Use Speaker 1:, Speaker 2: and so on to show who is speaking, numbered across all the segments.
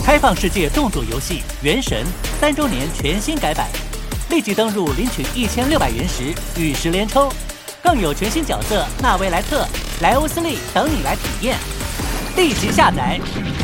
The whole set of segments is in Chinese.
Speaker 1: 开放世界动作游戏《原神》3周年全新改版，立即登入领取1600元时与时连抽，更有全新角色纳维莱特、莱欧斯利等你来体验。立即下载。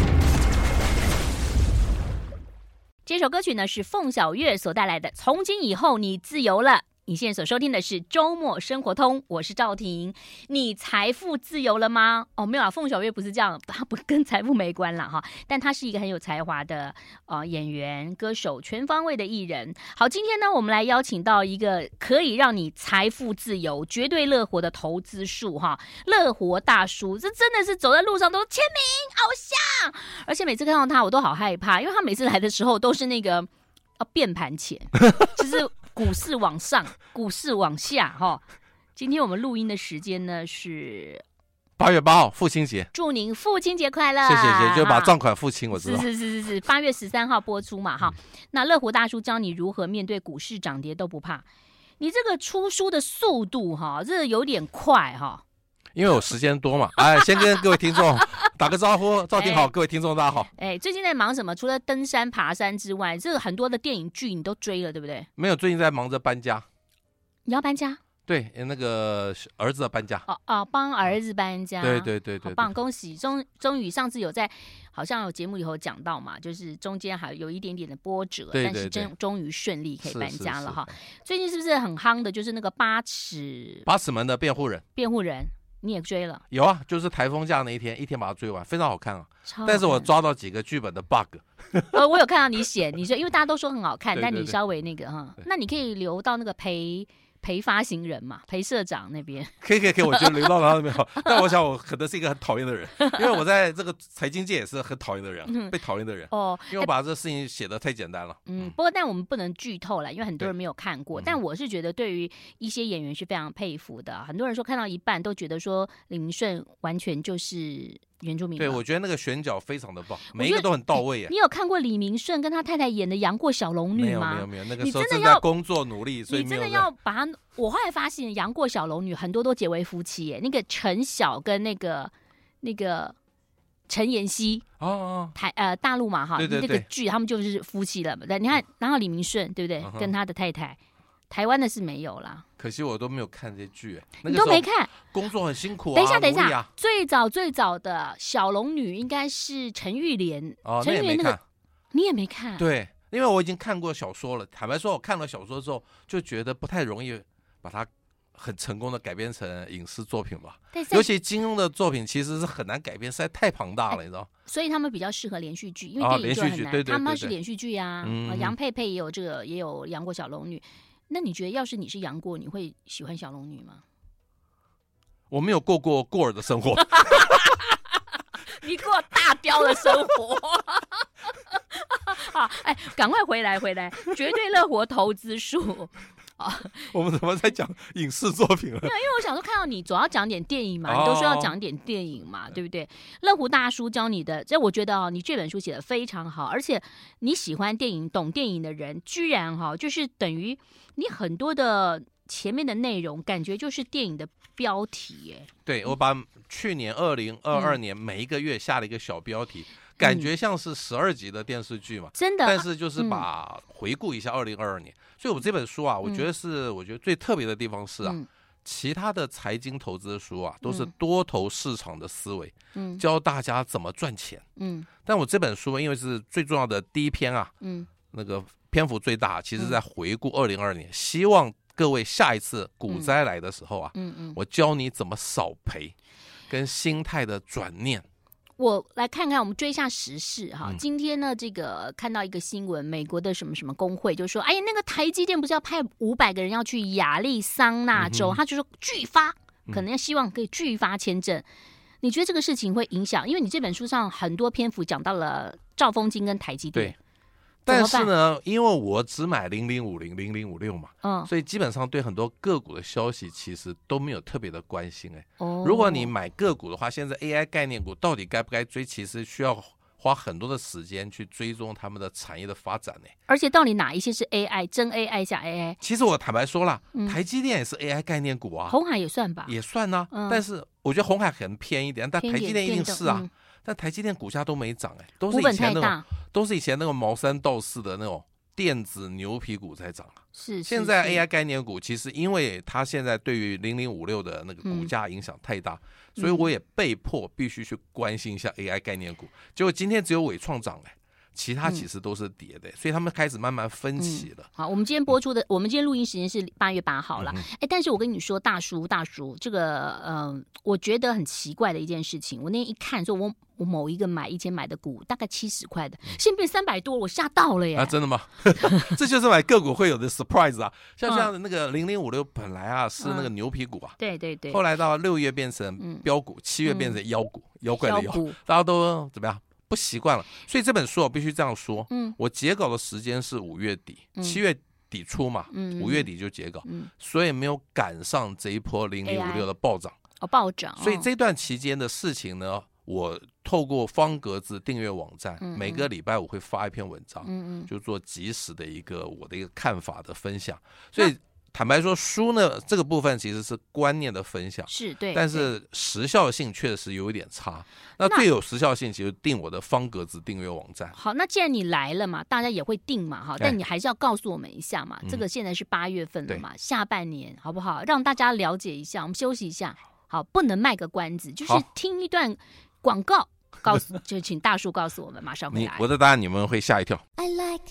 Speaker 2: 这首歌曲呢是凤小岳所带来的《从今以后你自由了》。你现在所收听的是周末生活通，我是赵婷。你财富自由了吗？哦，没有啊，凤小岳不是这样，他不跟财富没关啦哈。但他是一个很有才华的演员、歌手，全方位的艺人。好，今天呢，我们来邀请到一个可以让你财富自由、绝对乐活的投资术哈，乐活大叔。这真的是走在路上都签名偶像，而且每次看到他，我都好害怕，因为他每次来的时候都是那个变盘前，就是股市往上，股市往下哈。今天我们录音的时间呢是
Speaker 3: 8月8号，父亲节，
Speaker 2: 祝您父亲节快乐！
Speaker 3: 谢谢，就把账款付清，我知道。
Speaker 2: 是，8月13号播出嘛哈。那乐活大叔教你如何面对股市涨跌都不怕。你这个出书的速度哈，这有点快哈。
Speaker 3: 因为我时间多嘛，先跟各位听众打个招呼，赵婷好，各位听众大家好。
Speaker 2: 最近在忙什么？除了登山爬山之外，这个很多的电影剧你都追了，对不对？
Speaker 3: 没有，最近在忙着搬家。
Speaker 2: 你要搬家？
Speaker 3: 对，那个儿子的搬家。
Speaker 2: 帮儿子搬家。
Speaker 3: 对，
Speaker 2: 好棒，恭喜！终于上次有在好像有节目里头讲到嘛，就是中间还有一点点的波折，
Speaker 3: 对
Speaker 2: 但是终于顺利可以搬家了哈。最近是不是很夯的？就是那个八尺
Speaker 3: 门的辩护人。
Speaker 2: 你也追了？
Speaker 3: 有啊，就是台风假那一天把它追完，非常好看啊。但是我抓到几个剧本的 bug。
Speaker 2: 我有看到你写，你说因为大家都说很好看，
Speaker 3: 对
Speaker 2: 但你稍微那个哈，那你可以留到那个陪发行人嘛，陪社长那边。
Speaker 3: 可以，我就留到他那边好。但我想我可能是一个很讨厌的人，因为我在这个财经界也是很讨厌的人，被讨厌的人。因为我把这事情写得太简单了。
Speaker 2: 不过但我们不能剧透了，因为很多人没有看过。但我是觉得对于一些演员是非常佩服的。很多人说看到一半都觉得说李明顺完全就是原住民。
Speaker 3: 对，我觉得那个选角非常的棒，每一个都很到位。
Speaker 2: 你有看过李明顺跟他太太演的《杨过小龙女》吗？
Speaker 3: 没有，那个时候正在工作努力，所以
Speaker 2: 你真的要把他。我后来发现《杨过小龙女》很多都结为夫妻耶，那个陈晓跟那个陈妍希大陆嘛哈，
Speaker 3: 对
Speaker 2: 那个剧他们就是夫妻了。你看，然后李明顺对不对？跟他的太太，台湾的是没有啦。
Speaker 3: 可惜我都没有看这剧，
Speaker 2: 你都没看，
Speaker 3: 工作很辛苦啊。
Speaker 2: 等一下，最早的小龙女应该是陈玉莲。陈玉莲那个你也没看？
Speaker 3: 对，因为我已经看过小说了。坦白说，我看了小说之后就觉得不太容易把它很成功的改编成影视作品吧。尤其金庸的作品其实是很难改编，实在太庞大了，你知道。
Speaker 2: 所以他们比较适合连续剧，因为电影就很难。
Speaker 3: 对，
Speaker 2: 他们是连续剧啊。杨佩佩也有也有杨过小龙女。那你觉得要是你是杨过，你会喜欢小龙女吗？
Speaker 3: 我没有过过儿的生活。
Speaker 2: 你过大雕的生活。好，赶快回来，绝对乐活投资术。
Speaker 3: 我们怎么在讲影视作品了？
Speaker 2: 因为我想说，看到你总要讲点电影嘛，你都说要讲点电影嘛，对不对？乐活大叔教你的，这我觉得你这本书写得非常好，而且你喜欢电影、懂电影的人，居然就是等于你很多的前面的内容，感觉就是电影的标题耶。
Speaker 3: 对，我把去年2022年每一个月下了一个小标题。感觉像是12集的电视剧嘛，
Speaker 2: 真的。
Speaker 3: 但是就是把回顾一下2022年，所以我这本书啊，我觉得最特别的地方是其他的财经投资书啊，都是多头市场的思维，教大家怎么赚钱，但我这本书因为是最重要的第一篇啊，那个篇幅最大，其实在回顾2022年，希望各位下一次股灾来的时候啊，我教你怎么少赔，跟心态的转念。
Speaker 2: 我来看看，我们追一下时事哈。今天呢，这个看到一个新闻，美国的什么什么工会就说，哎呀，那个台积电不是要派500个人要去亚利桑那州，他就说拒发，可能要希望可以拒发签证。你觉得这个事情会影响？因为你这本书上很多篇幅讲到了兆丰金跟台积电。
Speaker 3: 对。但是呢，因为我只买0050、0056嘛，所以基本上对很多个股的消息其实都没有特别的关心。如果你买个股的话，现在 AI 概念股到底该不该追，其实需要花很多的时间去追踪他们的产业的发展。
Speaker 2: 而且到底哪一些是 AI 真 AI 下 AI？
Speaker 3: 其实我坦白说啦，台积电也是 AI 概念股啊，
Speaker 2: 鸿海也算吧，
Speaker 3: 也算啊。但是我觉得鸿海很偏一点，但台积电一定是啊。但台积电股价都没涨，都是以前那种都是以前那个毛三到四的那种电子牛皮股在涨啊。
Speaker 2: 是
Speaker 3: 现在 AI 概念股其实因为它现在对于0056的那个股价影响太大，所以我也被迫必须去关心一下 AI 概念股。结果今天只有伟创涨其他其实都是跌的，所以他们开始慢慢分歧了。
Speaker 2: 好，我们今天播出的，我们今天录音时间是8月8号了。但是我跟你说，大叔，这个我觉得很奇怪的一件事情。我那天一看，说我某一个以前买的股大概70块的，现在变300多，我吓到了耶！
Speaker 3: 啊，真的吗？这就是买个股会有的 surprise 啊。像这样的那个0056本来是那个牛皮股啊，
Speaker 2: 对对对，
Speaker 3: 后来到6月变成标股，7月变成妖股，妖怪的妖，大家都怎么样？不习惯了，所以这本书我必须这样说。我截稿的时间是5月底，7月底出嘛，5月底就截稿，所以没有赶上这一波0056的暴涨。
Speaker 2: 暴涨。
Speaker 3: 所以这段期间的事情呢，我透过方格子订阅网站，每个礼拜我会发一篇文章，就做即时的我的一个看法的分享。所以坦白说，书呢这个部分其实是观念的分享，
Speaker 2: 是对，
Speaker 3: 但是时效性确实有一点差。那最有时效性其实订我的方格子订阅网站。
Speaker 2: 好，那既然你来了嘛，大家也会订嘛，哈，但你还是要告诉我们一下嘛。这个现在是8月份了嘛，下半年好不好？让大家了解一下。我们休息一下，好，不能卖个关子，就是听一段广告，就请大叔告诉我们，马上回来。
Speaker 3: 我的答案你们会吓一跳。
Speaker 4: I like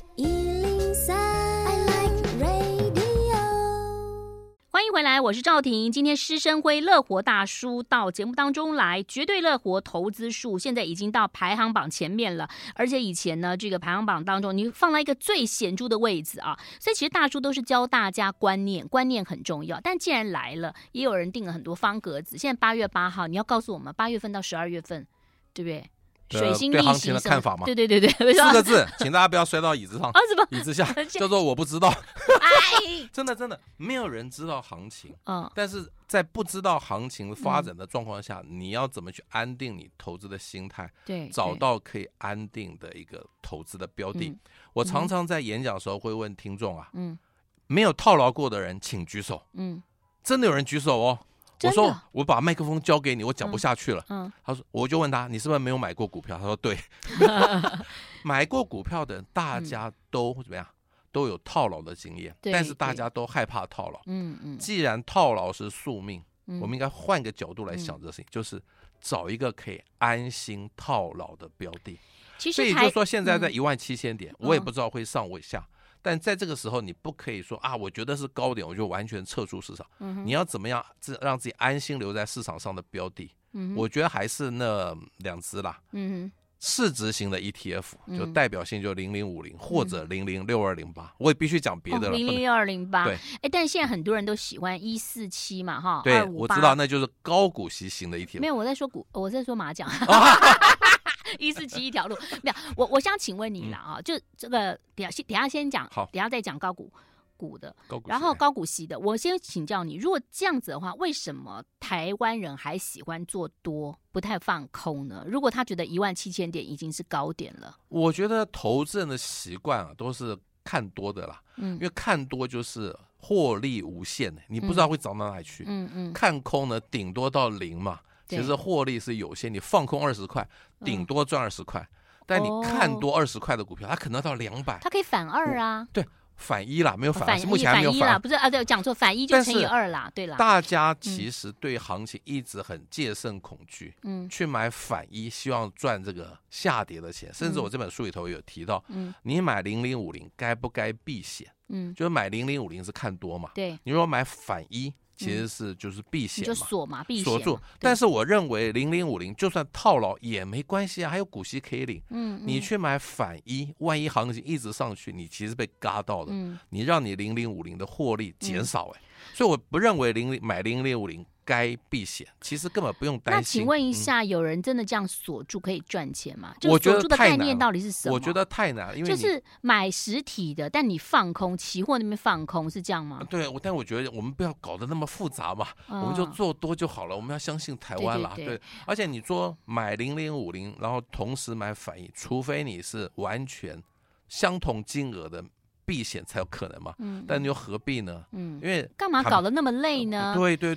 Speaker 4: 103, I like radio。
Speaker 2: 欢迎回来，我是赵婷。今天施昇輝乐活大叔到节目当中来，绝对乐活投资数现在已经到排行榜前面了，而且以前呢，这个排行榜当中你放了一个最显著的位置啊，所以其实大叔都是教大家观念很重要。但既然来了，也有人定了很多方格子。现在8月8号，你要告诉我们8月份到12月份，对不对？水星逆行
Speaker 3: 对行情的看法吗？
Speaker 2: 对
Speaker 3: 4个字，请大家不要摔到椅子上
Speaker 2: 什么
Speaker 3: 椅子下，叫做我不知道。
Speaker 2: 哎，
Speaker 3: 真的没有人知道行情，但是在不知道行情发展的状况下，你要怎么去安定你投资的心态，
Speaker 2: 对，
Speaker 3: 找到可以安定的一个投资的标的。我常常在演讲的时候会问听众没有套牢过的人请举手。真的有人举手哦。我说我把麦克风交给你，我讲不下去了。他说，我就问他，你是不是没有买过股票？他说对。买过股票的人，大家都怎么样？都有套牢的经验，但是大家都害怕套牢。既然套牢是宿命，我们应该换个角度来想这个事情，就是找一个可以安心套牢的标的。所以就说现在在17000点，我也不知道会上会下。但在这个时候，你不可以说我觉得是高点，我就完全撤出市场。你要怎么样让自己安心留在市场上的标的？我觉得还是那2只啦。市值型的 ETF 就代表性就0050或者006208，我也必须讲别的了。
Speaker 2: 006208，
Speaker 3: 对，
Speaker 2: 但是现在很多人都喜欢147嘛，哈。
Speaker 3: 对，
Speaker 2: 258
Speaker 3: 我知道，那就是高股息型的 ETF。
Speaker 2: 没有，我在说麻将。147一条路没有，我想请问你啦就这个等下先讲，
Speaker 3: 好，
Speaker 2: 等下再讲高股的，
Speaker 3: 然
Speaker 2: 后高股息的，我先请教你，如果这样子的话，为什么台湾人还喜欢做多，不太放空呢？如果他觉得17000点已经是高点了，
Speaker 3: 我觉得投资人的习惯都是看多的啦，因为看多就是获利无限，你不知道会涨到哪里去。看空呢，顶多到0嘛。其实获利是有限，你放空20块，顶多赚20块，但你看多20块的股票，它可能到200，
Speaker 2: 它可以反2啊。
Speaker 3: 对，反1啦，没有反，目前
Speaker 2: 还
Speaker 3: 没有反
Speaker 2: 不是对，讲错，反1就乘以2啦，对啦。
Speaker 3: 大家其实对行情一直很戒慎恐惧，去买反1，希望赚这个下跌的钱。甚至我这本书里头有提到，你买0050该不该避险？就是买0050是看多嘛，
Speaker 2: 对，
Speaker 3: 你如果买反1。其实就是避险嘛，
Speaker 2: 就锁嘛，避险
Speaker 3: 锁住。但是我认为0050就算套牢也没关系啊，还有股息可以领。你去买反1，万一行情一直上去，你其实被嘎到了，你让你0050的获利减少所以我不认为买0050该避险，其实根本不用担心。
Speaker 2: 那请问一下，有人真的这样锁住可以赚钱吗？
Speaker 3: 我觉得
Speaker 2: 锁住的概念到底是什么？
Speaker 3: 我觉得太难了，因为
Speaker 2: 就是买实体的，但你放空，期货那边放空是这样吗？
Speaker 3: 对，但我觉得我们不要搞得那么复杂嘛，我们就做多就好了。我们要相信台湾啦，对。而且你说买0050，然后同时买反1，除非你是完全相同金额的。避险才有可能嘛，但你又何必呢？因为
Speaker 2: 干嘛搞得那么累呢？
Speaker 3: 对，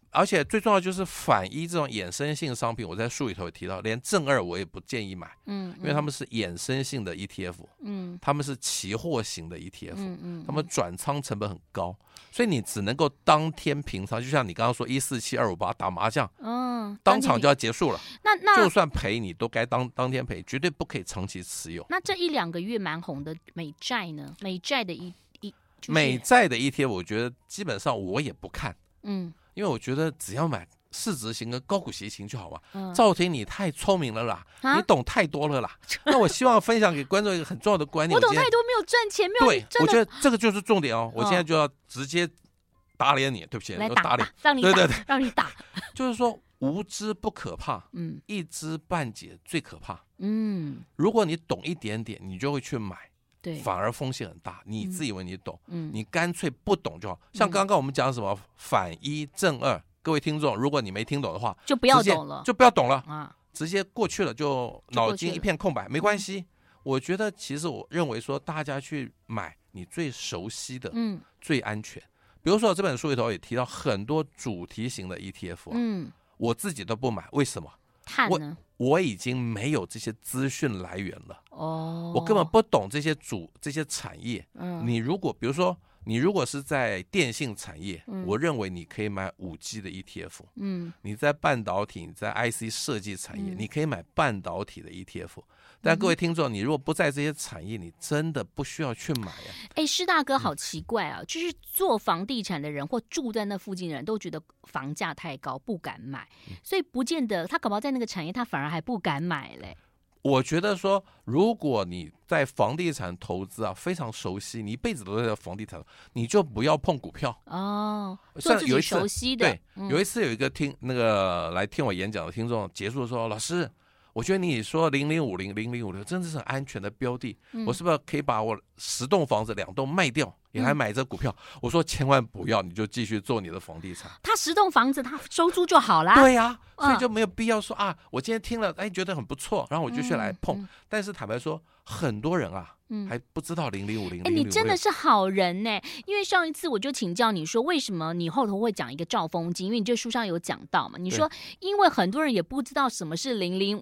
Speaker 3: 而且最重要就是反一这种衍生性商品，我在书里头也提到，连正二我也不建议买，因为他们是衍生性的 ETF，他们是期货型的 ETF，他们转仓成本很高，所以你只能够当天平仓，就像你刚刚说147258打麻将，当场就要结束了，那就算赔你都该当天赔，绝对不可以长期持有。
Speaker 2: 那这1-2个月蛮红的美债呢？美债的
Speaker 3: 美债的 ETF， 我觉得基本上我也不看，因为我觉得只要买市值型跟高股息型就好嘛。赵婷，你太聪明了啦，你懂太多了啦。那我希望分享给观众一个很重要的观念。
Speaker 2: 我懂太多，没有赚钱，没有
Speaker 3: 对，我觉得这个就是重点哦。我现在就要直接打脸你，对不起，
Speaker 2: 来
Speaker 3: 打脸，
Speaker 2: 让你打，
Speaker 3: 对，
Speaker 2: 让你打。
Speaker 3: 就是说，无知不可怕，一知半解最可怕。如果你懂一点点，你就会去买。反而风险很大，你自以为你懂，你干脆不懂就好。像刚刚我们讲什么反一正二，各位听众，如果你没听懂的话，
Speaker 2: 就不要懂了，
Speaker 3: 就不要懂了啊，直接过去了，就脑筋一片空白，没关系。我觉得其实我认为说，大家去买你最熟悉的，最安全。比如说这本书里头也提到很多主题型的 ETF，我自己都不买，为什么？我已经没有这些资讯来源了，我根本不懂这些产业。你如果比如说你如果是在电信产业，我认为你可以买5G 的 ETF。你在半导体，你在 IC 设计产业，你可以买半导体的 ETF。但各位听众，你如果不在这些产业，你真的不需要去买啊。
Speaker 2: 施大哥好奇怪啊，就是做房地产的人或住在那附近的人都觉得房价太高，不敢买，所以不见得他搞不好在那个产业，他反而还不敢买嘞。
Speaker 3: 我觉得说，如果你在房地产投资啊非常熟悉，你一辈子都在房地产，你就不要碰股票
Speaker 2: 做自己熟悉的。
Speaker 3: 对，有一次有一个来听我演讲的听众结束的时候，老师，我觉得你说0050、0056真的是很安全的标的，我是不是可以把我10栋房子2栋卖掉，也来买这股票？我说千万不要，你就继续做你的房地产。
Speaker 2: 他10栋房子，他收租就好啦。
Speaker 3: 对呀，所以就没有必要说我今天听了，觉得很不错，然后我就去来碰。但是坦白说，很多人还不知道0050。
Speaker 2: 你真的是好人呢，因为上一次我就请教你说，为什么你后头会讲一个兆丰金？因为你这书上有讲到嘛，你说因为很多人也不知道什么是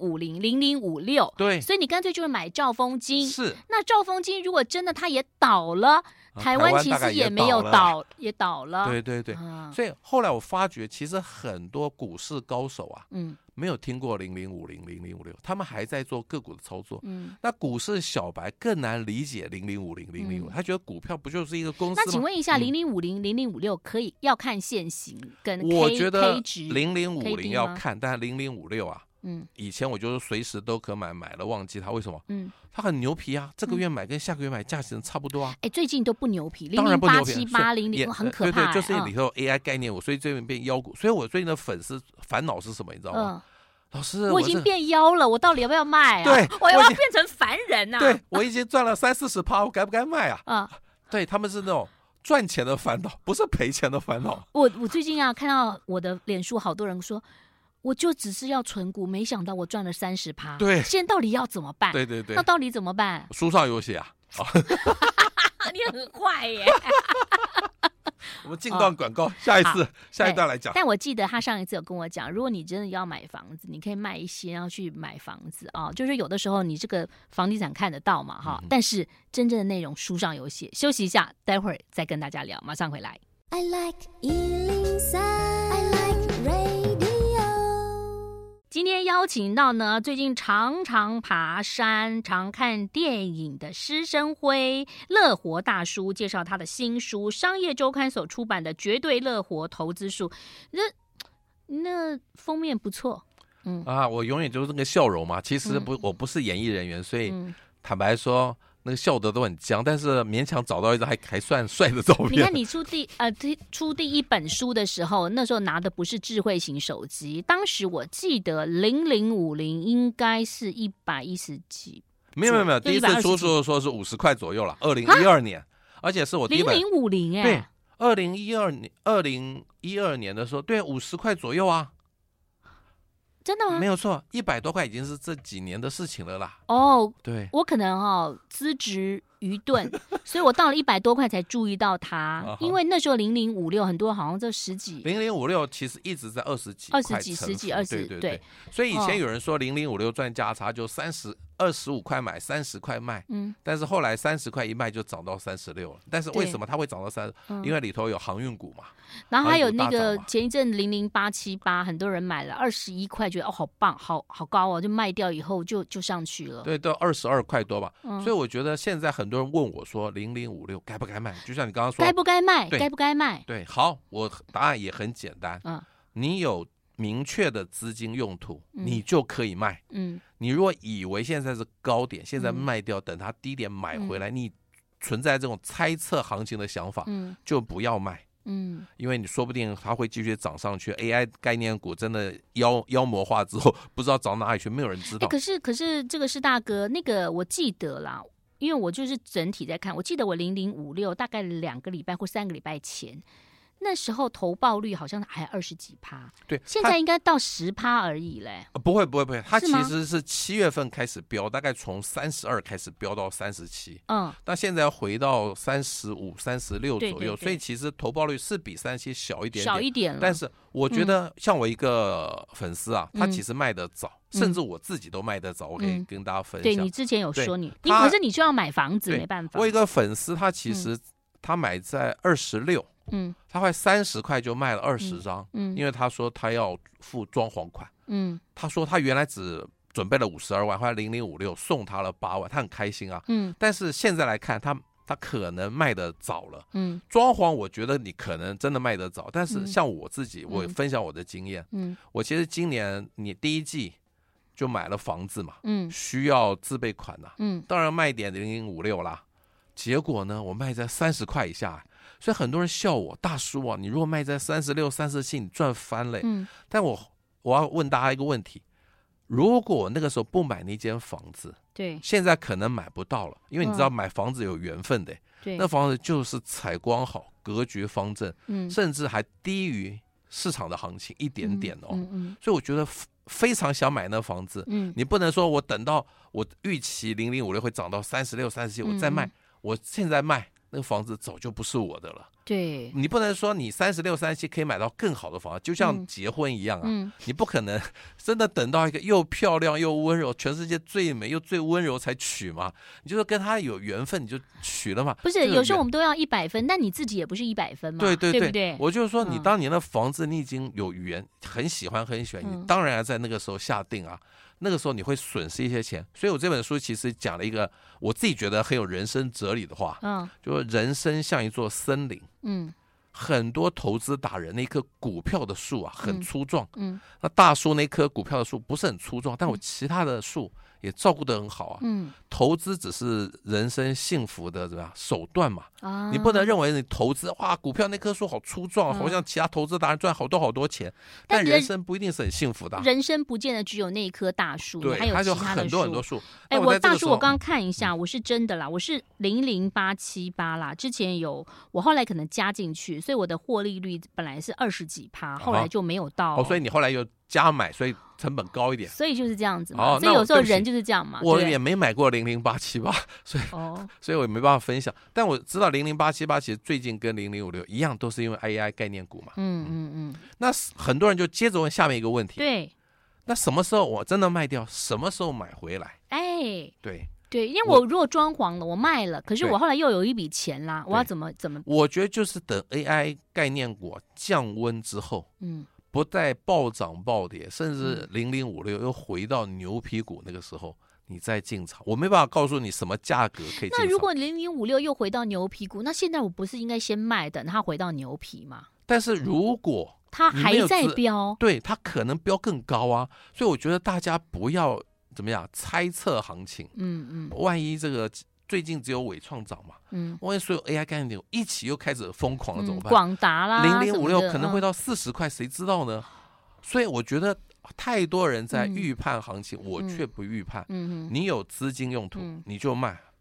Speaker 2: 0050、0056，
Speaker 3: 对，
Speaker 2: 所以你干脆就是买兆丰金。
Speaker 3: 是，
Speaker 2: 那兆丰金如果真的它也倒了，台湾其实也没有倒，也倒了。
Speaker 3: 对，所以后来我发觉，其实很多股市高手没有听过0050、0056，他们还在做个股的操作。那股市小白更难理解0050、0056，他觉得股票不就是一个公司吗？
Speaker 2: 那请问一下，0050、0056要看现行跟 K 值，
Speaker 3: 我觉得0050要看，但0056以前我就是随时都可买，买了忘记它，为什么？它很牛皮啊，这个月买跟下个月买价钱差不多啊。
Speaker 2: 最近都不牛皮，
Speaker 3: 当然不牛皮
Speaker 2: 008780很可怕。
Speaker 3: 对，就是里头 AI 概念股，所以最近变妖股。所以我最近的粉丝烦恼是什么？你知道吗？老师，
Speaker 2: 我已经变妖了，我到底要不要卖啊？
Speaker 3: 对，
Speaker 2: 我要变成凡人啊！
Speaker 3: 对，我已经赚了30-40%，我该不该卖啊？对，他们是那种赚钱的烦恼，不是赔钱的烦恼。
Speaker 2: 我最近看到我的脸书，好多人说，我就只是要存股，没想到我赚了30%。
Speaker 3: 对，
Speaker 2: 现在到底要怎么办？
Speaker 3: 对，
Speaker 2: 那到底怎么办？
Speaker 3: 书上有写啊。
Speaker 2: 你很坏耶。
Speaker 3: 我们进段广告，下一段来讲。
Speaker 2: 但我记得他上一次有跟我讲，如果你真的要买房子，你可以卖一些，然后去买房子就是有的时候你这个房地产看得到嘛但是真正的内容书上有写。休息一下，待会儿再跟大家聊，马上回来。
Speaker 4: I like 103, I like radio。
Speaker 2: 今天邀请到呢，最近常常爬山、常看电影的施昇辉乐活大叔，介绍他的新书，商业周刊所出版的《绝对乐活投资术》。那封面不错，
Speaker 3: 我永远就是那个笑容嘛。其实我不是演艺人员，所以坦白说，那个笑得都很僵，但是勉强找到一张还算帅的照片。
Speaker 2: 你看，你出第一本书的时候，那时候拿的不是智慧型手机，当时我记得0050应该是110几。没
Speaker 3: 有，第一次出书的时候是50块左右了，2012年，而且是我第一本
Speaker 2: 0050
Speaker 3: 对，2012年的时候，对，50块左右啊。
Speaker 2: 真的吗？
Speaker 3: 没有错，100多块已经是这几年的事情了啦。
Speaker 2: 对，我可能资质愚钝，所以我到了100多块才注意到它，因为那时候0056很多好像这10几
Speaker 3: 0056其实一直在20几
Speaker 2: 20几10几20
Speaker 3: 对，所以以前有人说0056赚价差就25块买30块卖，但是后来30块一卖就涨到36了。但是为什么它会涨到30？因为里头有航运股嘛。
Speaker 2: 然后还有那个前一阵00878，很多人买了21块，觉得好棒，好高哦，就卖掉以后就上去了。
Speaker 3: 对，到22块多吧。所以我觉得现在很多人问我说0056该不该卖？就像你刚刚说，
Speaker 2: 该不该卖？该不该卖？
Speaker 3: 对，好，我答案也很简单。你有明确的资金用途，你就可以卖。你如果以为现在是高点，现在卖掉，等它低点买回来，你存在这种猜测行情的想法，就不要卖。因为你说不定它会继续涨上去。AI 概念股真的妖魔化之后，不知道涨哪里去，没有人知道。
Speaker 2: 可是这个是大哥，那个我记得啦，因为我就是整体在看，我记得我0056大概2个礼拜或3个礼拜前。那时候投报率好像还20几%，
Speaker 3: 对，
Speaker 2: 现在应该到10%而已嘞。
Speaker 3: 不会，它其实是7月份开始飙，大概从32开始飙到37，但现在要回到35、36左右，所以其实投报率是比37小一点了。但是我觉得像我一个粉丝啊，他其实卖得早，甚至我自己都卖得早，我可以跟大家分享。
Speaker 2: 对，你之前有说可是你就要买房子，没办法。
Speaker 3: 我有一个粉丝，他其实他买在26。他快30块就卖了20张，因为他说他要付装潢款，他说他原来只准备了52万，后来0056送他了8万，他很开心啊，但是现在来看他可能卖得早了，装潢我觉得你可能真的卖得早，但是像我自己，我分享我的经验，我其实今年你第一季就买了房子嘛，需要自备款呐，当然卖点0056啦，结果呢我卖在30块以下。所以很多人笑我，大叔啊，你如果卖在36、37，你赚翻了。但我要问大家一个问题：如果我那个时候不买那间房子，
Speaker 2: 对，
Speaker 3: 现在可能买不到了，因为你知道买房子有缘分的。
Speaker 2: 对，
Speaker 3: 那房子就是采光好，格局方正，甚至还低于市场的行情一点点哦。所以我觉得非常想买那房子。你不能说我等到我预期0056会涨到36、37，我再卖，我现在卖。那个房子早就不是我的了。
Speaker 2: 对，
Speaker 3: 你不能说你36、37可以买到更好的房子，就像结婚一样啊，你不可能真的等到一个又漂亮又温柔，全世界最美又最温柔才娶嘛。你就是跟他有缘分，你就娶了嘛。
Speaker 2: 不是，有时候我们都要100分，但你自己也不是100分嘛。对不对？
Speaker 3: 我就是说，你当年的房子你已经有缘，很喜欢，你当然要在那个时候下定啊。那个时候你会损失一些钱，所以我这本书其实讲了一个我自己觉得很有人生哲理的话，就是人生像一座森林，很多投资达人那棵股票的树啊很粗壮，那大叔那棵股票的树不是很粗壮，但我其他的树也照顾得很好啊。投资只是人生幸福的怎么样手段嘛，你不能认为你投资哇股票那棵树好粗壮，好像其他投资达人赚好多钱，但人生不一定是很幸福的。
Speaker 2: 人生不见得只有那一棵大树，
Speaker 3: 对，
Speaker 2: 还有其他的
Speaker 3: 很多树。
Speaker 2: 我大树我刚刚看一下，我是真的啦，我是00878啦，之前有我后来可能加进去，所以我的获利率本来是20几%，后来就没有到。
Speaker 3: 所以你后来又加买，所以成本高一点。
Speaker 2: 所以就是这样子嘛。所以有时候人就是这样嘛。
Speaker 3: 我也没买过00878，所以我也没办法分享。但我知道00878其实最近跟0056一样，都是因为 AI 概念股嘛。那很多人就接着问下面一个问题。
Speaker 2: 对。
Speaker 3: 那什么时候我真的卖掉？什么时候买回来？
Speaker 2: 对，因为我如果装潢了，我卖了，可是我后来又有一笔钱啦，我要怎么？
Speaker 3: 我觉得就是等 AI 概念股降温之后，不再暴涨暴跌，甚至0056又回到牛皮股那个时候，你再进场。我没办法告诉你什么价格可以进场。
Speaker 2: 那如果0056又回到牛皮股，那现在我不是应该先卖，等它回到牛皮吗？
Speaker 3: 但是如果
Speaker 2: 它还在飙，
Speaker 3: 对，它可能飙更高啊。所以我觉得大家不要怎么样猜测行情。万一这个最近只有伟创涨嘛，万一所有 AI 概念股一起又开始疯狂了怎么办？
Speaker 2: 广达啦
Speaker 3: ，0056可能会到40块，谁知道呢？所以我觉得太多人在预判行情，我却不预判。你有资金用途，你就卖。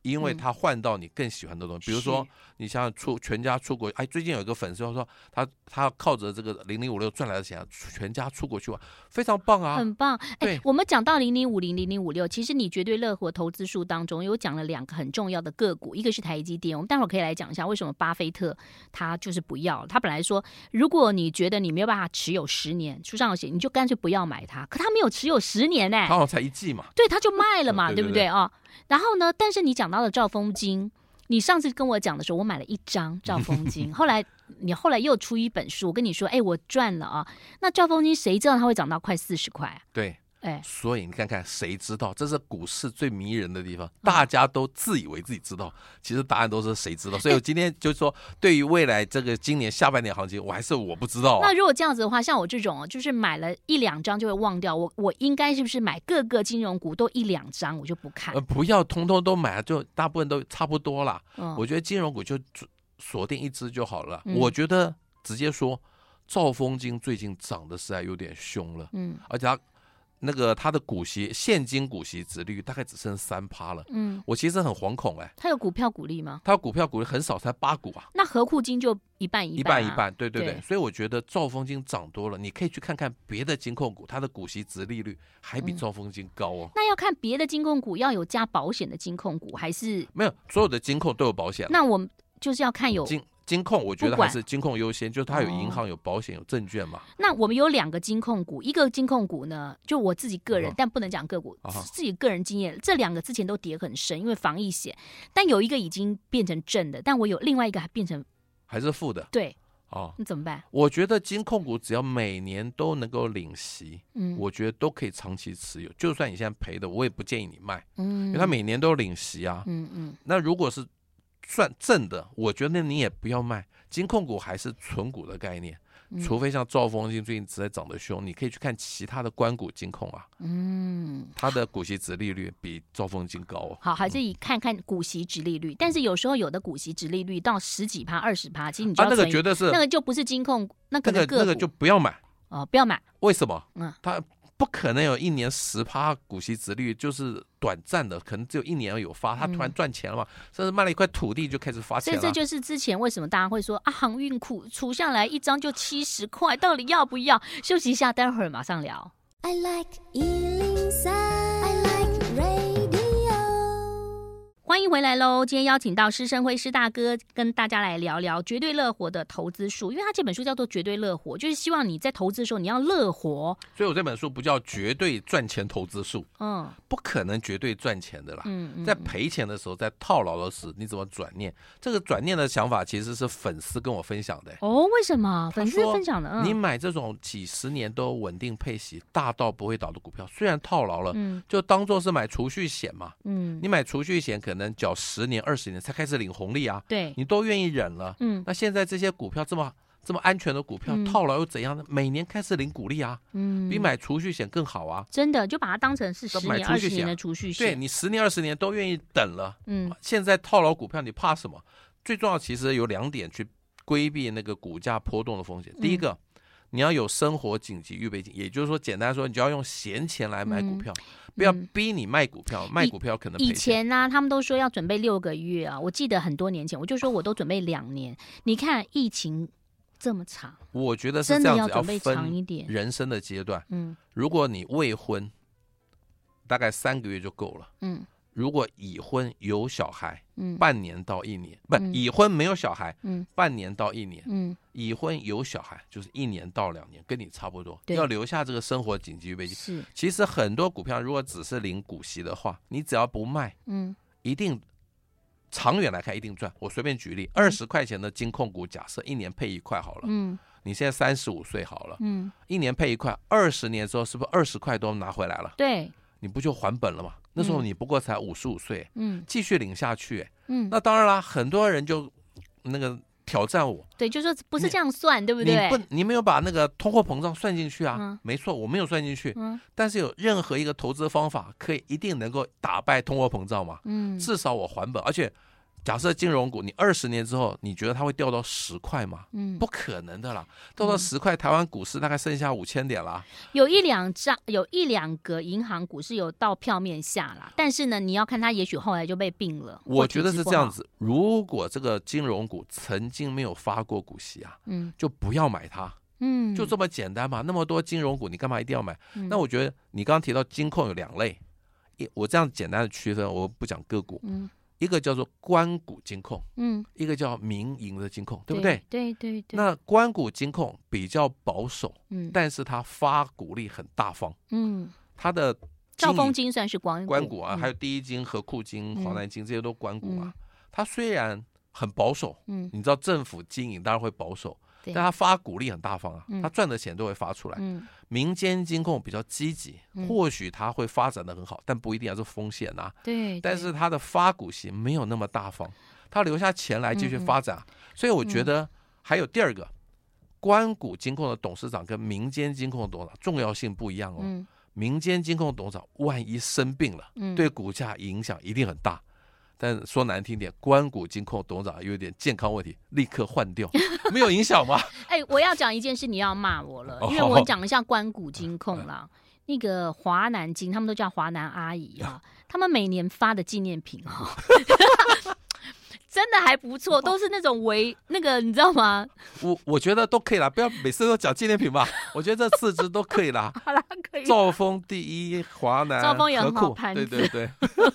Speaker 3: 因为它换到你更喜欢的东西。比如说你像全家出国，最近有一个粉丝说他靠着这个0056赚来的钱，全家出国去玩，非常棒啊，
Speaker 2: 很棒。我们讲到0050、0056，其实你绝对乐活投资数当中有讲了2个很重要的个股，一个是台积电，我们待会儿可以来讲一下为什么巴菲特他就是不要。他本来说，如果你觉得你没有办法持有10年，书上有写，你就干脆不要买它。可他没有持有10年呢，
Speaker 3: 他好像才1季嘛，
Speaker 2: 对，他就卖了嘛，对不对啊？然后呢，但是你讲到了兆丰金，你上次跟我讲的时候，我买了1张兆丰金，后来又出一本书，我跟你说，我赚了啊。那兆丰金谁知道它会涨到快40块啊？
Speaker 3: 对。所以你看看，谁知道？这是股市最迷人的地方，大家都自以为自己知道，其实答案都是谁知道。所以我今天就是说，对于未来这个今年下半年行情，我不知道
Speaker 2: 那如果这样子的话，像我这种就是买了1-2张就会忘掉，我应该是不是买各个金融股都1-2张，我就不看？
Speaker 3: 不要通通都买，就大部分都差不多啦。我觉得金融股就锁定1只就好了。我觉得直接说，兆丰金最近涨得实在有点凶了，而且它的现金股息殖利率大概只剩3%了，我其实很惶恐它
Speaker 2: 有股票股利吗？
Speaker 3: 它股票股利很少，才8股啊。
Speaker 2: 那合库金就一半，
Speaker 3: 对，所以我觉得兆丰金涨多了，你可以去看看别的金控股，它的股息殖利率还比兆丰金高哦。
Speaker 2: 那要看别的金控股，要有加保险的金控股还是
Speaker 3: 没有？所有的金控都有保险。
Speaker 2: 那我们就是要看有
Speaker 3: 金控，我觉得还是金控优先，就是它有银行、有保险、有证券嘛。
Speaker 2: 那我们有2个金控股，一个金控股呢，就我自己个人，但不能讲个股，自己个人经验，这2个之前都跌很深，因为防疫险，但有一个已经变成正的，但我有另外一个还变成
Speaker 3: 还是负的。
Speaker 2: 对，那怎么办？
Speaker 3: 我觉得金控股只要每年都能够领息，我觉得都可以长期持有，就算你现在赔的，我也不建议你卖，因为它每年都领息啊。那如果是算正的，我觉得你也不要卖。金控股还是存股的概念，除非像兆丰金最近在涨得凶，你可以去看其他的官股金控啊，它的股息殖利率比兆丰金高哦。
Speaker 2: 好，还是以看看股息殖利率，但是有时候有的股息殖利率到10几%、20%，其实你就要
Speaker 3: 那个绝对是
Speaker 2: 那个就不是金控，那个
Speaker 3: 就不要买
Speaker 2: 不要买。
Speaker 3: 为什么？它不可能有1年10%股息殖利率，就是短暂的，可能只有1年有发，他突然赚钱了嘛，甚至卖了一块土地就开始发钱了。
Speaker 2: 所以这就是之前为什么大家会说航运股除下来1张就70块，到底要不要？休息一下，待会儿马上聊。
Speaker 4: I like 103, I like radio。
Speaker 2: 欢迎回来喽！今天邀请到施昇輝施大哥跟大家来聊聊绝对乐活的投资术，因为他这本书叫做《绝对乐活》，就是希望你在投资的时候你要乐活。
Speaker 3: 所以我这本书不叫绝对赚钱投资术，不可能绝对赚钱的啦。在赔钱的时候，在套牢的时候，你怎么转念？这个转念的想法其实是粉丝跟我分享的。
Speaker 2: 为什么？粉丝分享的？
Speaker 3: 你买这种几10年都稳定配息、大到不会倒的股票，虽然套牢了，就当作是买储蓄险嘛。你买储蓄险可能缴10年、20年才开始领红利啊，
Speaker 2: 对，
Speaker 3: 你都愿意忍了。那现在这些股票这么安全的股票，套牢又怎样呢？每年开始领股利啊，比买储蓄险更好啊！
Speaker 2: 真的，就把它当成是10年、20年的储蓄险。
Speaker 3: 对，你10年、20年都愿意等了。现在套牢股票你怕什么？最重要其实有2点去规避那个股价波动的风险。第一个，你要有生活紧急预备金，也就是说，简单说，你就要用闲钱来买股票，不要逼你卖股票，卖股票可能赔钱。
Speaker 2: 以前啊，他们都说要准备6个月啊，我记得很多年前，我就说我都准备2年。你看疫情这么长，
Speaker 3: 我觉得是这样子，要
Speaker 2: 准备长一点。
Speaker 3: 人生的阶段，如果你未婚，大概3个月就够了。如果已婚有小孩，半年到1年，不，已婚没有小孩，半年到1年，已婚有小孩就是1年到2年，跟你差不多，要留下这个生活紧急预备金。
Speaker 2: 是，
Speaker 3: 其实很多股票如果只是领股息的话，你只要不卖，一定长远来看一定赚。我随便举例，20块钱的金控股，假设1年配1块好了，你现在35岁好了，1年配1块，20年之后是不是20块都拿回来了？
Speaker 2: 对，
Speaker 3: 你不就还本了吗？那时候你不过才55岁，继续领下去，那当然啦，很多人就那个挑战我，
Speaker 2: 对，就说不是这样算，对不对？
Speaker 3: 你没有把那个通货膨胀算进去啊？没错，我没有算进去，但是有任何一个投资方法可以一定能够打败通货膨胀吗？至少我还本，而且假设金融股你20年之后，你觉得它会掉到10块吗？不可能的啦，掉到10块，台湾股市大概剩下5000点啦。
Speaker 2: 有一两个银行股是有到票面下啦，但是呢，你要看它也许后来就被并了。
Speaker 3: 我觉得是这样子，如果这个金融股曾经没有发过股息啊，就不要买它。就这么简单嘛，那么多金融股，你干嘛一定要买？那我觉得你刚刚提到金控有2类，我这样简单的区分，我不讲个股。一个叫做官股金控，一个叫民营的金控，对不对？
Speaker 2: 对。
Speaker 3: 那官股金控比较保守，但是它发股利很大方，它的
Speaker 2: 兆丰金算是官
Speaker 3: 股啊，还有第一金、和库金、华南金这些都官股啊。它虽然很保守，你知道政府经营当然会保守，但它发股利很大方啊，它赚的钱都会发出来。民间金控比较积极，或许它会发展的很好，但不一定要是风险啊。
Speaker 2: 对，
Speaker 3: 但是它的发股息没有那么大方，它留下钱来继续发展。所以我觉得还有第二个，官股金控的董事长跟民间金控的董事长重要性不一样哦。民间金控董事长万一生病了，对股价影响一定很大。但说难听点，官股金控董事长有点健康问题，立刻换掉，没有影响吗？
Speaker 2: 我要讲一件事，你要骂我了，因为我讲一下官股金控啦。那个华南金，他们都叫华南阿姨啊，他们每年发的纪念品真的还不错，都是那种那个你知道吗？
Speaker 3: 我觉得都可以啦，不要每次都讲纪念品吧。我觉得这4支都可以啦。
Speaker 2: 好啦，可以。
Speaker 3: 兆丰第一，华南
Speaker 2: 兆丰也很好盘子，
Speaker 3: 对。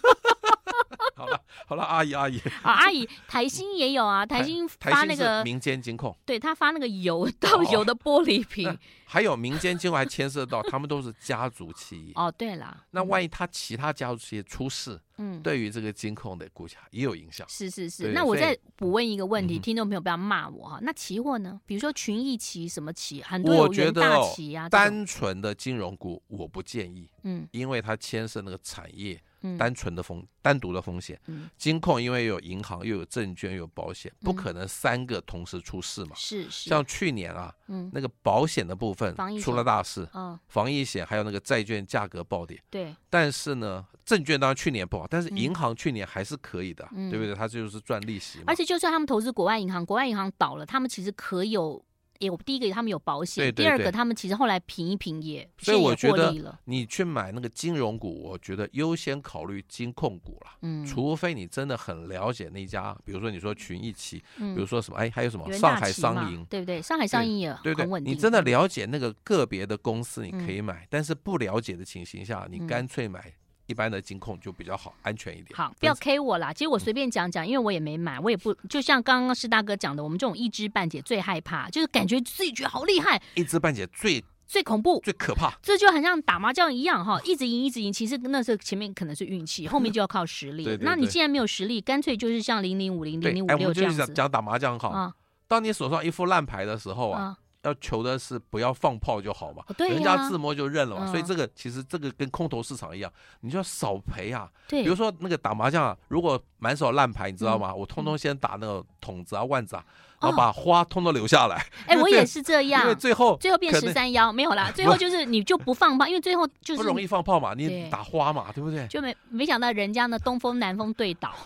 Speaker 3: 好了，阿姨。
Speaker 2: 阿姨，台新也有啊，台新发那个
Speaker 3: 民间金控，
Speaker 2: 对他发那个倒油的玻璃瓶，
Speaker 3: 还有民间金控还牵涉到他们都是家族企业。
Speaker 2: 对啦，
Speaker 3: 那万一他其他家族企业出事，对于这个金控的股价也有影响。
Speaker 2: 是。那我再补问一个问题，听众朋友不要骂我哈。那期货呢？比如说群益期什么期，很多有元大期啊，
Speaker 3: 单纯的金融股我不建议，因为它牵涉那个产业。单独的风险，金控因为有银行又有证券又有保险，不可能3个同时出事嘛。
Speaker 2: 是。
Speaker 3: 像去年啊，那个保险的部分出了大事，防疫险还有那个债券价格暴跌。
Speaker 2: 对。但
Speaker 3: 是呢，证券当然去年不好，但是银行去年还是可以的，对不对？它就是赚利息嘛。
Speaker 2: 而且就算他们投资国外银行，国外银行倒了，他们其实可有。第一个他们有保险，第二个他们其实后来平一平也，
Speaker 3: 所以我觉得你去买那个金融股，我觉得优先考虑金控股啦。除非你真的很了解那家，比如说你说群益期，比如说什么还有什么上海商银，
Speaker 2: 对不对？上海商银也很稳定。
Speaker 3: 你真的了解那个个别的公司，你可以买，但是不了解的情形下，你干脆买一般的金控就比较好，安全一点。
Speaker 2: 好，不要 K 我啦。其实我随便讲讲，因为我也没买，我也不就像刚刚施大哥讲的，我们这种一知半解最害怕，就是感觉自己觉得好厉害，
Speaker 3: 一知半解
Speaker 2: 最恐怖、
Speaker 3: 最可怕，
Speaker 2: 这就很像打麻将一样哈，一直赢。其实那时候前面可能是运气，后面就要靠实力。
Speaker 3: 对。
Speaker 2: 那你既然没有实力，干脆就是像0050、0056这样子。
Speaker 3: 讲打麻将好，当你手上一副烂牌的时候啊。要求的是不要放炮就好嘛，人家自摸就认了嘛，所以其实这个跟空头市场一样，你就要少赔啊。比如说那个打麻将啊，如果满手烂牌，你知道吗？我通通先打那个筒子啊、腕子啊，然后把花通通留下来。
Speaker 2: 我也是这样，
Speaker 3: 因为最后
Speaker 2: 变13幺没有啦，最后就是你就不放炮，因为最后就是
Speaker 3: 不容易放炮嘛，你打花嘛，对不对？
Speaker 2: 就没想到人家呢东风南风对倒。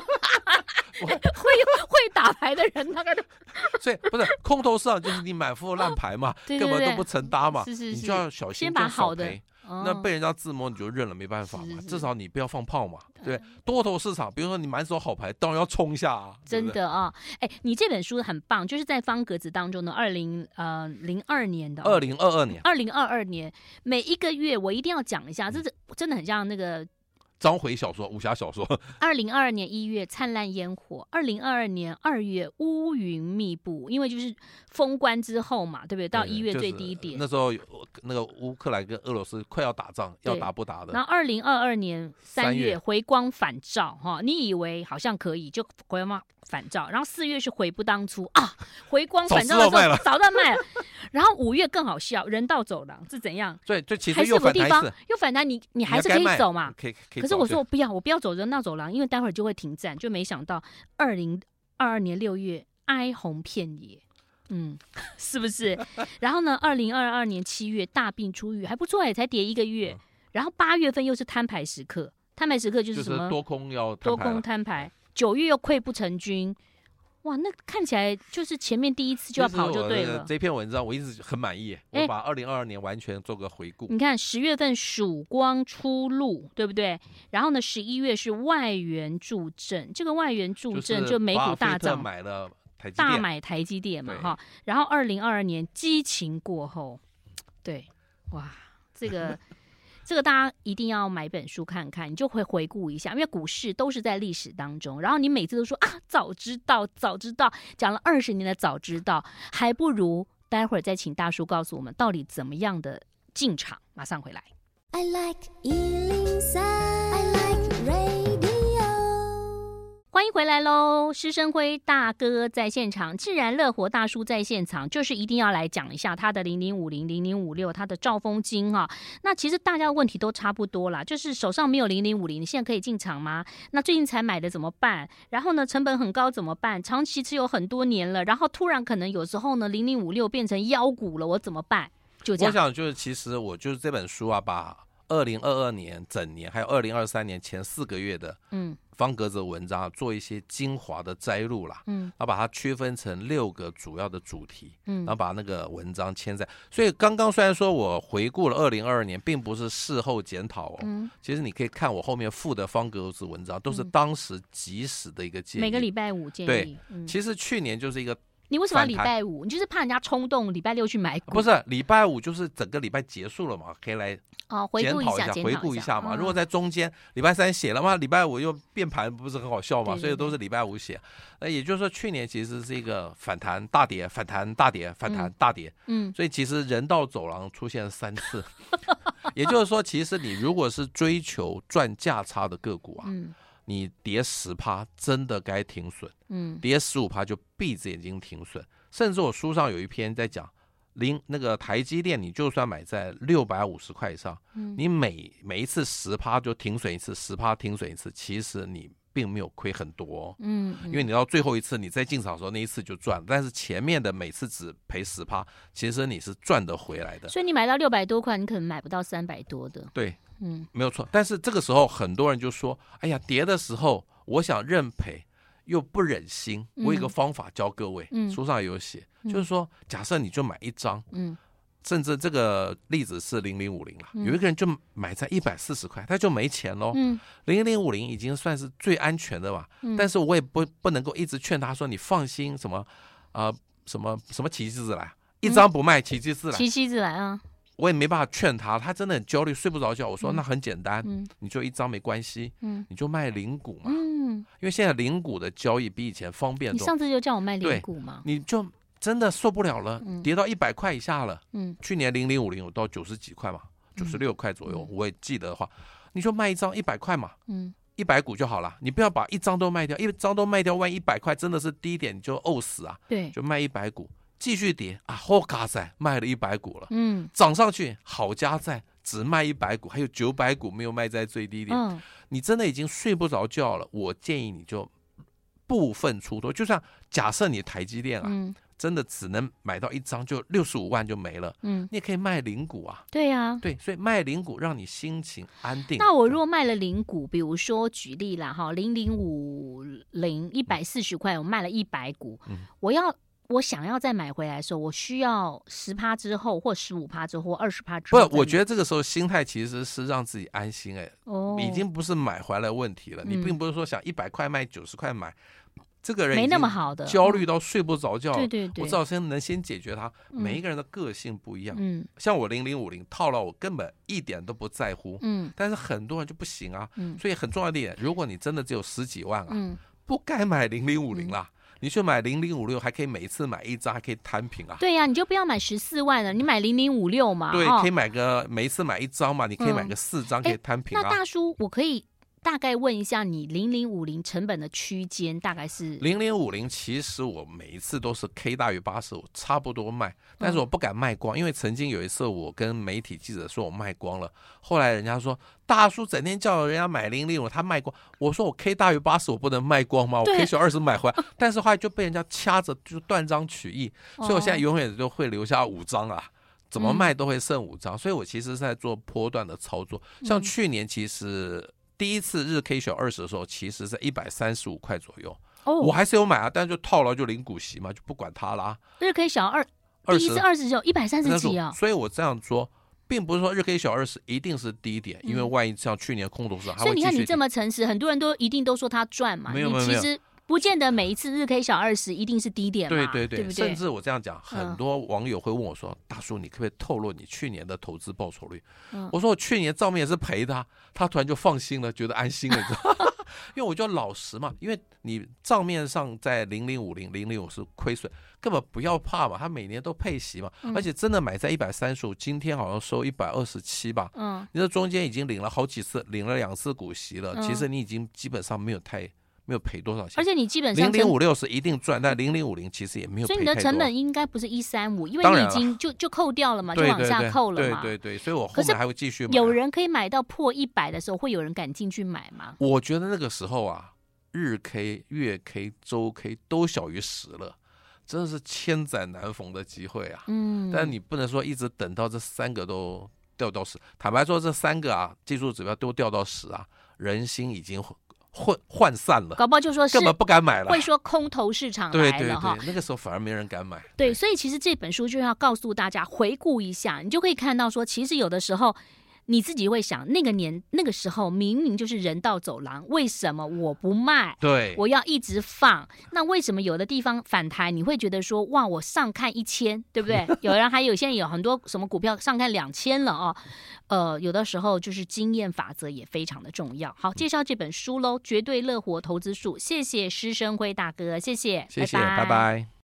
Speaker 2: 会打牌的人大概都，
Speaker 3: 所以不是空头市场就是你满副烂牌嘛，根本都不成搭嘛，你就要小心，
Speaker 2: 先把好的。
Speaker 3: 那被人家自摸你就认了，没办法嘛，至少你不要放炮嘛，对。多头市场，比如说你满手好牌，当然要冲一下啊，
Speaker 2: 真的啊。你这本书很棒，就是在方格子当中的2002年的2022年，每一个月我一定要讲一下，这是真的很像那个。
Speaker 3: 章回小说、武侠小说。
Speaker 2: 2022年1月灿烂烟火，2022年2月乌云密布，因为就是封关之后嘛，对不对？到1月最低点，
Speaker 3: 那时候那个乌克兰跟俄罗斯快要打仗，要打不打的。
Speaker 2: 然后2022年3月回光返照哈，你以为好像可以就回光返照，然后4月是悔不当初啊，回光返照的时候早到卖了，然后5月更好笑，人道走廊是怎样？
Speaker 3: 对，就其实又反弹一次，
Speaker 2: 又反弹，你还是可以走嘛，
Speaker 3: 可以。
Speaker 2: 可是我说我不要走人道走廊，因为待会儿就会停战，就没想到2022年6月哀鸿遍野，是不是？然后呢，2022年7月大病初愈，还不错才跌1个月，然后8月份又是摊牌时刻，摊牌时刻就是什么？
Speaker 3: 多空摊牌。
Speaker 2: 9月又溃不成军，哇，那看起来就是前面第一次就要跑就对了。
Speaker 3: 这篇文章我一直很满意，我把2022年完全做个回顾。
Speaker 2: 你看10月份曙光出炉，对不对？然后呢，11月是外援助阵，这个外援助阵就美股大涨，
Speaker 3: 买了台积电，
Speaker 2: 大买台积电嘛哈。然后2022年激情过后，对，哇，这个大家一定要买本书看看，你就会回顾一下，因为股市都是在历史当中，然后你每次都说啊，早知道，讲了20年的早知道，还不如待会儿再请大叔告诉我们到底怎么样的进场。马上回来。
Speaker 4: I like 103, I like radio。
Speaker 2: 欢迎回来喽！施昇輝大哥在现场，自然樂活大叔在现场，就是一定要来讲一下他的0050、0056，他的兆丰金啊。那其实大家的问题都差不多啦，就是手上没有0050，你现在可以进场吗？那最近才买的怎么办？然后呢，成本很高怎么办？长期持有很多年了，然后突然可能有时候呢，0056变成妖股了，我怎么办？就这样。
Speaker 3: 我想就是，其实我就是这本书啊，把2022年整年还有2023年前4个月的方格子文章做一些精华的摘录啦，然后把它区分成6个主要的主题，然后把那个文章牵在。所以刚刚虽然说我回顾了2022年，并不是事后检讨哦，其实你可以看我后面附的方格子文章，都是当时即时的一个建议，
Speaker 2: 每个礼拜5建议。
Speaker 3: 对，其实去年就是一个。
Speaker 2: 你为什么要礼拜5？你就是怕人家冲动礼拜6去买股？
Speaker 3: 不是，礼拜5就是整个礼拜结束了嘛，可以来检讨一下，回顾一下嘛。如果在中间礼拜3写了嘛，礼拜5又变盘，不是很好笑嘛？对对对，所以都是礼拜5写。也就是说，去年其实是一个反弹大跌，反弹大跌，反弹大跌。所以其实人道走廊出现3次。也就是说，其实你如果是追求赚价差的个股啊。你跌10%真的该停损，跌15%就闭着眼睛停损。甚至我书上有一篇在讲，那个台积电，你就算买在650块以上，你每一次10%就停损一次，10%停损一次，其实你并没有亏很多，因为你到最后一次你在进场的时候那一次就赚，但是前面的每次只赔10%，其实你是赚得回来的。
Speaker 2: 所以你买到600多块，你可能买不到300多的。
Speaker 3: 对。没有错，但是这个时候很多人就说，哎呀，跌的时候我想认赔又不忍心，我有一个方法教各位，书上也有写，就是说假设你就买一张，甚至这个例子是0050啦，有一个人就买在140块，他就没钱咯。0050已经算是最安全的吧，但是我也不能够一直劝他说你放心，什么什么奇迹自来，一张不卖奇迹自来，
Speaker 2: 奇迹自来啊。
Speaker 3: 我也没办法劝他，他真的很焦虑，睡不着觉。我说那很简单，你就一张没关系，你就卖零股嘛，因为现在零股的交易比以前方便多。
Speaker 2: 你上次就叫我卖零股嘛，
Speaker 3: 你就真的受不了了，跌到100块以下了。去年0050有到90几块嘛，96块左右，我也记得的话，你就卖一张100块嘛，100股就好了，你不要把一张都卖掉，一张都卖掉，万一100块真的是低点，你就呕死啊。对，就卖100股。继续跌啊，好嘎仔卖了100股了，涨上去好加在只卖100股，还有900股没有卖在最低点，你真的已经睡不着觉了。我建议你就部分出脱，就像假设你台积电啊，真的只能买到一张就65万就没了，你也可以卖零股啊。
Speaker 2: 对啊，
Speaker 3: 对，所以卖零股让你心情安定。
Speaker 2: 那我如果卖了零股，比如说举例啦哈，0050 140块，我卖了100股，我想要再买回来的时候，我需要10%之后，或15%之后，或20%之后。
Speaker 3: 不，我觉得这个时候心态其实是让自己安心，已经不是买回来的问题了。你并不是说想100块卖90块买，这个人
Speaker 2: 没那么好的，
Speaker 3: 焦虑到睡不着觉。
Speaker 2: 对，
Speaker 3: 我至少能先解决它。每一个人的个性不一样，像我0050套了，我根本一点都不在乎，但是很多人就不行啊。所以很重要的一点，如果你真的只有10几万啊，不该买0050啦。你去买0056，还可以每一次买一张，还可以摊平啊。
Speaker 2: 对呀，你就不要买14万了，你买0056嘛。
Speaker 3: 对，可以买个每一次买一张嘛，你可以买个4张，可以摊平啊。
Speaker 2: 那大叔，我可以大概问一下你0050成本的区间大概是
Speaker 3: ？0050其实我每一次都是 K 大于80，我差不多卖，但是我不敢卖光，因为曾经有一次我跟媒体记者说我卖光了，后来人家说大叔整天叫人家买0050，他卖光，我说我 K 大于80，我不能卖光吗？我 K 小20买回来，但是后来就被人家掐着，就断章取义，所以我现在永远就会留下5张啊。怎么卖都会剩5张，所以我其实是在做波段的操作。像去年其实第一次日 K 小20的时候，其实在135块左右。
Speaker 2: 哦，
Speaker 3: 我还是有买啊，但是就套牢就领股息嘛，就不管它啦。
Speaker 2: 日 K 小第一次20就130几啊。
Speaker 3: 所以我这样说，并不是说日 K 小20一定是低点，因为万一像去年空头市场，
Speaker 2: 所以你看你这么诚实，很多人都一定都说他赚嘛。
Speaker 3: 没有，
Speaker 2: 其实不见得每一次日 K 小20一定是低点嘛。
Speaker 3: 对，
Speaker 2: 对不对？
Speaker 3: 甚至我这样讲，很多网友会问我说：“大叔，你可不可以透露你去年的投资报酬率？”我说我去年账面也是赔的，他突然就放心了，觉得安心了，你知道吗？因为我就老实嘛，因为你账面上在0050、005是亏损，根本不要怕嘛，他每年都配息嘛，而且真的买在135，今天好像收127吧，你这中间已经领了好几次，领了2次股息了，其实你已经基本上没有赔多少钱，
Speaker 2: 而且你基本上
Speaker 3: 0056是一定赚，但0050其实也没有赔太多，
Speaker 2: 所以你的成本应该不是135，因为你已经就扣掉了嘛，就往下扣了嘛。
Speaker 3: 对，所以我后面还会继续买。
Speaker 2: 有人可以买到破100的时候，会有人敢进去买吗？
Speaker 3: 我觉得那个时候啊，日 K、月 K、周 K 都小于10了，真的是千载难逢的机会啊。但是你不能说一直等到这3个都掉到10，坦白说这3个啊技术指标都掉到10啊，人心已经涣散了，
Speaker 2: 搞不好就说是
Speaker 3: 根本不敢买了，
Speaker 2: 会说空头市场来了哈。
Speaker 3: 那个时候反而没人敢买。
Speaker 2: 对，所以其实这本书就要告诉大家，回顾一下，你就可以看到说，其实有的时候你自己会想，那个时候明明就是人道走廊，为什么我不卖？
Speaker 3: 对，
Speaker 2: 我要一直放。那为什么有的地方反弹，你会觉得说，哇，我上看1000，对不对？有人现在有很多什么股票上看2000了哦。有的时候就是经验法则也非常的重要。好，介绍这本书喽，《绝对乐活投资术》。谢谢施昇辉大哥，谢谢，
Speaker 3: 拜拜。